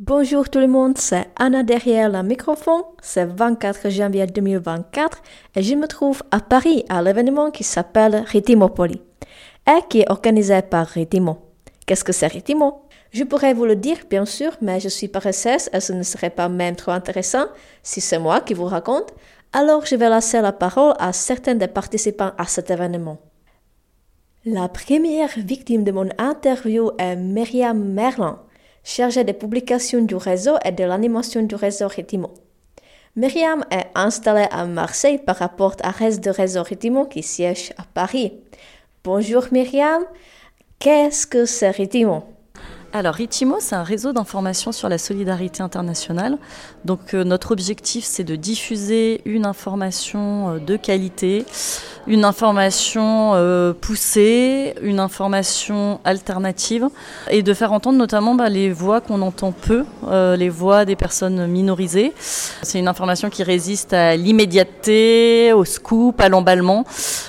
Bonjour tout le monde, c'est Anna derrière le microphone. C'est 24 janvier 2024 et je me trouve à Paris à l'événement qui s'appelle Ritmopoly et qui est organisé par Ritmo. Qu'est-ce que c'est Ritmo? Je pourrais vous le dire bien sûr, mais je suis paresseuse et ce ne serait pas même trop intéressant si c'est moi qui vous raconte. Alors je vais laisser la parole à certains des participants à cet événement. La première victime de mon interview est Myriam Merlin, chargée des publications du réseau et de l'animation du réseau Ritmo. Myriam est installée à Marseille par rapport à reste du réseau Ritmo qui siège à Paris. Bonjour Myriam, qu'est-ce que c'est Ritmo? Alors Ritmo, c'est un réseau d'information sur la solidarité internationale. Donc notre objectif, c'est de diffuser une information de qualité, une information poussée, une information alternative et de faire entendre notamment les voix qu'on entend peu, les voix des personnes minorisées. C'est une information qui résiste à l'immédiateté, au scoop, à l'emballement,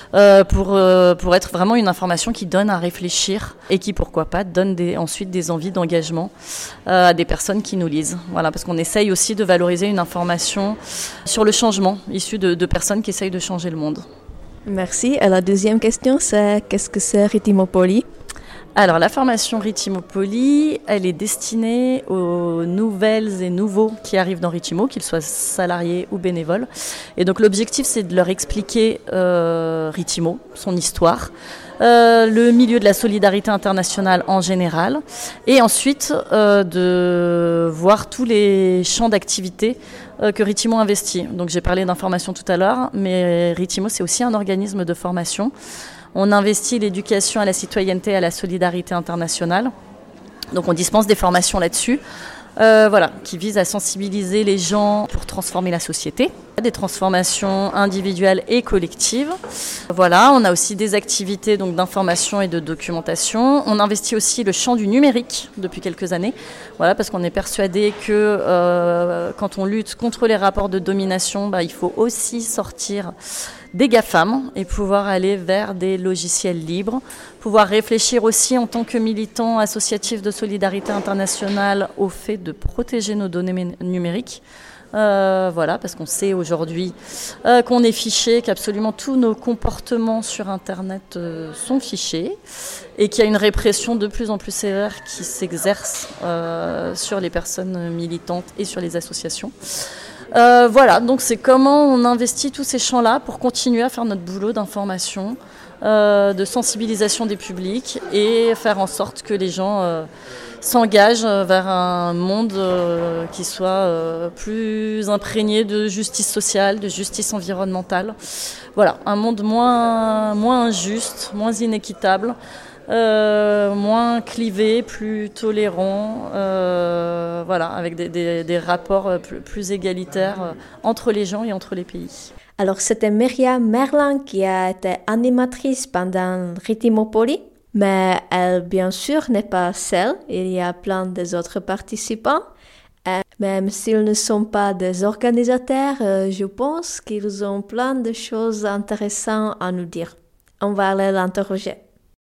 pour être vraiment une information qui donne à réfléchir et qui, pourquoi pas, donne ensuite des envies d'engagement à des personnes qui nous lisent. Voilà, parce qu'on essaye aussi de valoriser une information sur le changement issue de personnes qui essayent de changer le monde. Merci. Et la deuxième question, c'est qu'est-ce que c'est Ritmopoly? Alors, la formation Ritmopoly, elle est destinée aux nouvelles et nouveaux qui arrivent dans Ritmo, qu'ils soient salariés ou bénévoles. Et donc, l'objectif, c'est de leur expliquer Ritmo, son histoire, le milieu de la solidarité internationale en général, et ensuite de voir tous les champs d'activité que Ritmo investit. Donc j'ai parlé d'information tout à l'heure, mais Ritmo c'est aussi un organisme de formation. On investit l'éducation à la citoyenneté et à la solidarité internationale. Donc on dispense des formations là-dessus. Qui visent à sensibiliser les gens pour transformer la société, des transformations individuelles et collectives. Voilà, on a aussi des activités donc d'information et de documentation. On investit aussi le champ du numérique depuis quelques années, parce qu'on est persuadé que quand on lutte contre les rapports de domination, il faut aussi sortir des GAFAM et pouvoir aller vers des logiciels libres, pouvoir réfléchir aussi en tant que militant associatif de solidarité internationale au fait de protéger nos données numériques. Parce qu'on sait aujourd'hui qu'on est fiché, qu'absolument tous nos comportements sur Internet sont fichés et qu'il y a une répression de plus en plus sévère qui s'exerce sur les personnes militantes et sur les associations. Donc c'est comment on investit tous ces champs-là pour continuer à faire notre boulot d'information, de sensibilisation des publics et faire en sorte que les gens s'engagent vers un monde qui soit plus imprégné de justice sociale, de justice environnementale. Voilà, un monde moins injuste, moins inéquitable, moins clivé, plus tolérant, avec des rapports plus égalitaires entre les gens et entre les pays. Alors c'était Myriam Merlin qui a été animatrice pendant Ritmopoly, mais elle bien sûr n'est pas seule, il y a plein d'autres participants. Et même s'ils ne sont pas des organisateurs, je pense qu'ils ont plein de choses intéressantes à nous dire. On va aller l'interroger.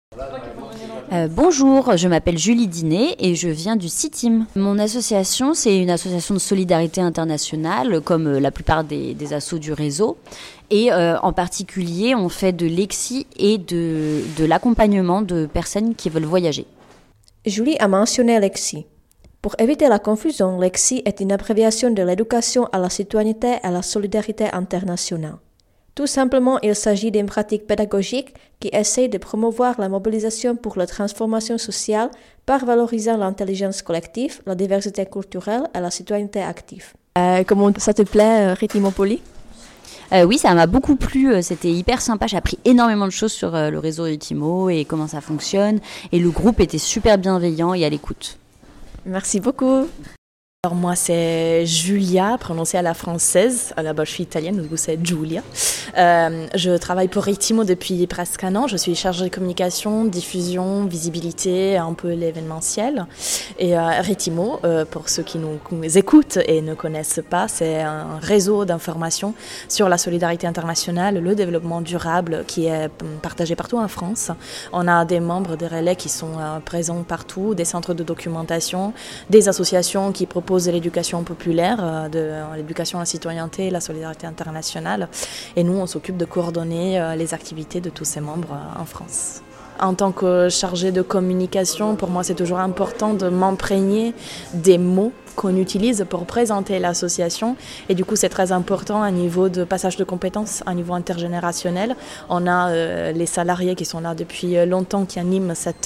Bonjour, je m'appelle Julie Dinet et je viens du CITIM. Mon association, c'est une association de solidarité internationale, comme la plupart des assos du réseau. Et en particulier, on fait de l'exi et de l'accompagnement de personnes qui veulent voyager. Julie a mentionné l'exi. Pour éviter la confusion, l'exi est une abréviation de l'éducation à la citoyenneté et à la solidarité internationale. Tout simplement, il s'agit d'une pratique pédagogique qui essaie de promouvoir la mobilisation pour la transformation sociale par valorisant l'intelligence collective, la diversité culturelle et la citoyenneté active. Comment ça te plaît, Ritmopoly? Oui, ça m'a beaucoup plu, c'était hyper sympa, j'ai appris énormément de choses sur le réseau Ritmo et comment ça fonctionne, et le groupe était super bienveillant et à l'écoute. Merci beaucoup. Alors moi c'est Julia, prononcée à la française. À la base je suis italienne, du coup c'est Giulia. Je travaille pour Ritimo depuis presque un an. Je suis chargée de communication, diffusion, visibilité, un peu l'événementiel. Et Ritimo, pour ceux qui nous écoutent et ne connaissent pas, c'est un réseau d'information sur la solidarité internationale, le développement durable qui est partagé partout en France. On a des membres des relais qui sont présents partout, des centres de documentation, des associations qui proposent de l'éducation populaire, de l'éducation à la citoyenneté et la solidarité internationale. Et nous, on s'occupe de coordonner les activités de tous ces membres en France. En tant que chargée de communication, pour moi, c'est toujours important de m'imprégner des mots qu'on utilise pour présenter l'association. Et du coup, c'est très important à niveau de passage de compétences, à niveau intergénérationnel. On a les salariés qui sont là depuis longtemps, qui animent cette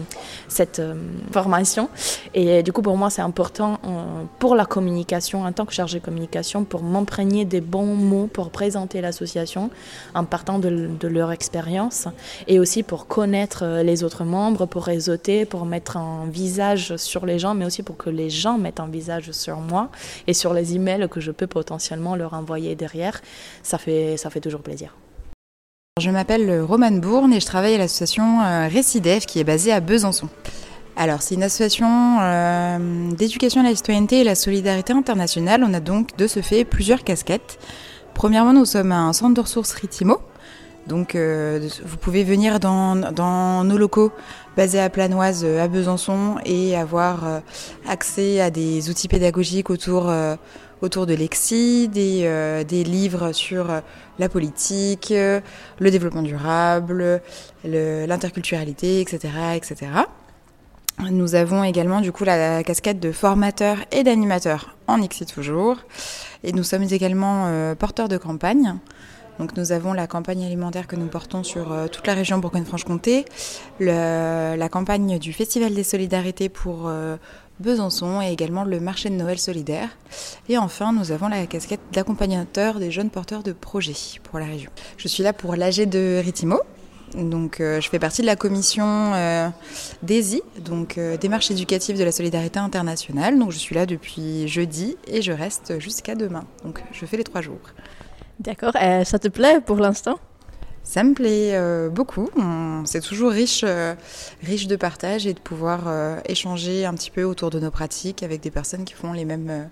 formation. Et du coup, pour moi, c'est important pour la communication, en tant que chargée de communication, pour m'imprégner des bons mots pour présenter l'association en partant de leur expérience. Et aussi pour connaître les autres membres, pour réseauter, pour mettre un visage sur les gens, mais aussi pour que les gens mettent un visage sur moi et sur les emails que je peux potentiellement leur envoyer derrière. Ça fait toujours plaisir. Je m'appelle Romane Bourne et je travaille à l'association Récidev qui est basée à Besançon. Alors, c'est une association d'éducation à la citoyenneté et la solidarité internationale. On a donc de ce fait plusieurs casquettes. Premièrement, nous sommes un centre de ressources Ritimo. Donc, vous pouvez venir dans nos locaux basés à Planoise, à Besançon, et avoir accès à des outils pédagogiques autour de Lexi, des livres sur la politique, le développement durable, l'interculturalité, etc., etc. Nous avons également du coup la casquette de formateur et d'animateur en ICSI toujours. Et nous sommes également porteurs de campagne. Donc nous avons la campagne alimentaire que nous portons sur toute la région Bourgogne-Franche-Comté, la campagne du Festival des Solidarités pour Besançon et également le marché de Noël solidaire. Et enfin, nous avons la casquette d'accompagnateur des jeunes porteurs de projets pour la région. Je suis là pour l'AG de Ritimo. Donc, je fais partie de la commission DESI, donc démarche éducative de la solidarité internationale. Donc je suis là depuis jeudi et je reste jusqu'à demain. Donc je fais les 3 jours. D'accord, ça te plaît pour l'instant ? Ça me plaît beaucoup. C'est toujours riche de partage et de pouvoir échanger un petit peu autour de nos pratiques avec des personnes qui font les mêmes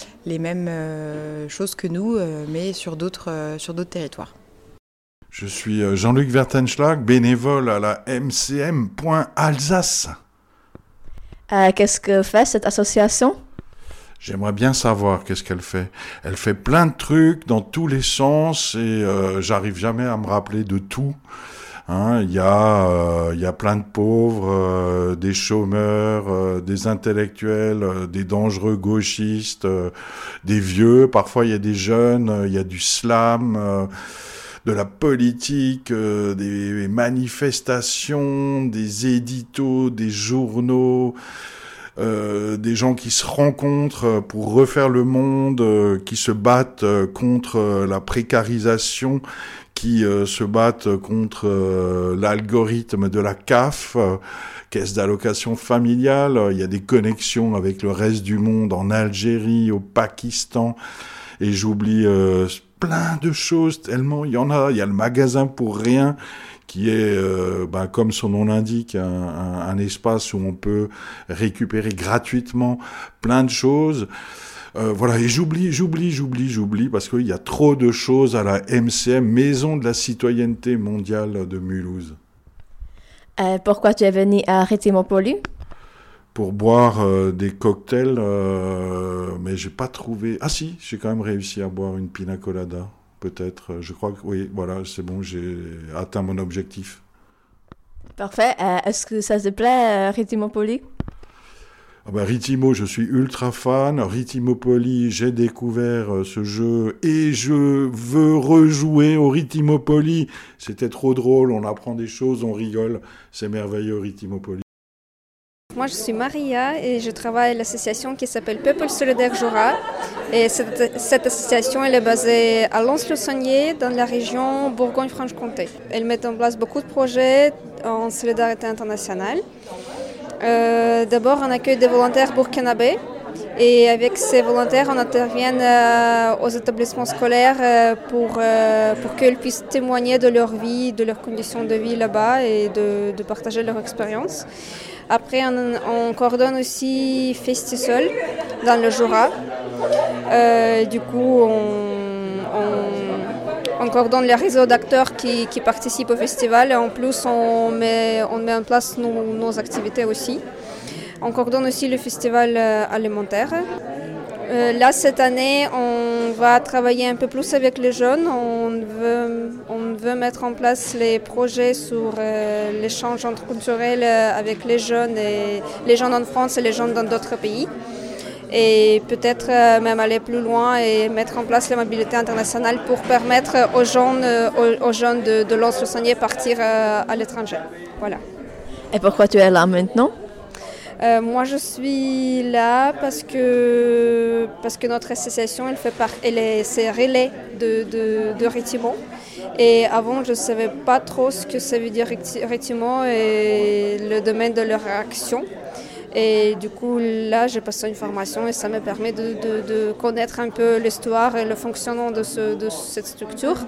choses que nous, mais sur d'autres territoires. Je suis Jean-Luc Vertenschlag, bénévole à la MCM.Alsace. Qu'est-ce que fait cette association ? J'aimerais bien savoir qu'est-ce qu'elle fait. Elle fait plein de trucs dans tous les sens et j'arrive jamais à me rappeler de tout. Hein, il y a plein de pauvres, des chômeurs, des intellectuels, des dangereux gauchistes, des vieux. Parfois il y a des jeunes, il y a du slam, de la politique, des manifestations, des éditos, des journaux. Des gens qui se rencontrent pour refaire le monde, qui se battent contre la précarisation, qui se battent contre l'algorithme de la CAF, caisse d'allocation familiale. Il y a des connexions avec le reste du monde, en Algérie, au Pakistan, et j'oublie plein de choses, tellement il y en a. Il y a le magasin pour rien, qui est, comme son nom l'indique, un espace où on peut récupérer gratuitement plein de choses. Voilà, et j'oublie, parce qu'il y a trop de choses à la MCM, Maison de la Citoyenneté Mondiale de Mulhouse. Pourquoi tu es venu à Ritimo-Poli ? Pour boire des cocktails, mais j'ai pas trouvé... Ah si, j'ai quand même réussi à boire une pina colada. Peut-être, je crois que oui, voilà, c'est bon, j'ai atteint mon objectif. Parfait. Est-ce que ça te plaît, Ritimo-Poli ? Ritimo, je suis ultra fan. Ritimo-Poli, j'ai découvert ce jeu et je veux rejouer au Ritimo-Poli. C'était trop drôle, on apprend des choses, on rigole. C'est merveilleux, Ritimo-Poli. Moi, je suis Maria et je travaille à l'association qui s'appelle Peuple Solidaire Jura. Et cette association, elle est basée à Lons-le-Saunier, dans la région Bourgogne-Franche-Comté. Elle met en place beaucoup de projets en solidarité internationale. D'abord, on accueille des volontaires burkinabés Et avec ces volontaires, on intervient aux établissements scolaires pour qu'ils puissent témoigner de leur vie, de leurs conditions de vie là-bas et de partager leur expérience. Après, on coordonne aussi Festisol dans le Jura. Du coup, on coordonne les réseaux d'acteurs qui participent au festival et en plus, on met en place nos activités aussi. On coordonne aussi le festival alimentaire. Là, cette année, on va travailler un peu plus avec les jeunes. On veut mettre en place les projets sur l'échange interculturel avec les jeunes en France et les jeunes dans d'autres pays. Et peut-être même aller plus loin et mettre en place la mobilité internationale pour permettre aux jeunes de Lons-le-Saunier partir à l'étranger. Voilà. Et pourquoi tu es là maintenant? Moi, je suis là parce que notre association, c'est relais de Ritimo. Et avant, je ne savais pas trop ce que ça veut dire Ritimo et le domaine de leur action. Et du coup, là, j'ai passé une formation et ça me permet de connaître un peu l'histoire et le fonctionnement de cette structure.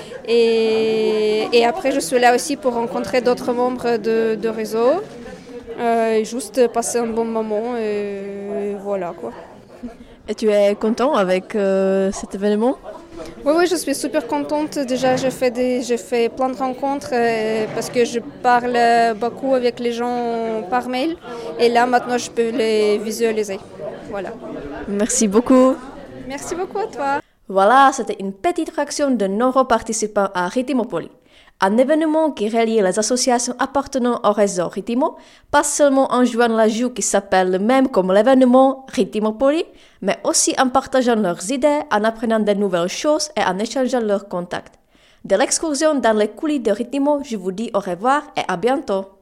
Et après, je suis là aussi pour rencontrer d'autres membres de réseau. Et juste passer un bon moment et voilà quoi. Et tu es content avec cet événement? Oui, je suis super contente. Déjà, j'ai fait plein de rencontres parce que je parle beaucoup avec les gens par mail. Et là, maintenant, je peux les visualiser. Voilà. Merci beaucoup. Merci beaucoup à toi. Voilà, c'était une petite fraction de nos participants à Ritimopoli. Un événement qui relie les associations appartenant au réseau Ritimo, pas seulement en jouant la joue qui s'appelle le même comme l'événement Ritimopoli, mais aussi en partageant leurs idées, en apprenant de nouvelles choses et en échangeant leurs contacts. De l'excursion dans les coulisses de Ritimo, je vous dis au revoir et à bientôt.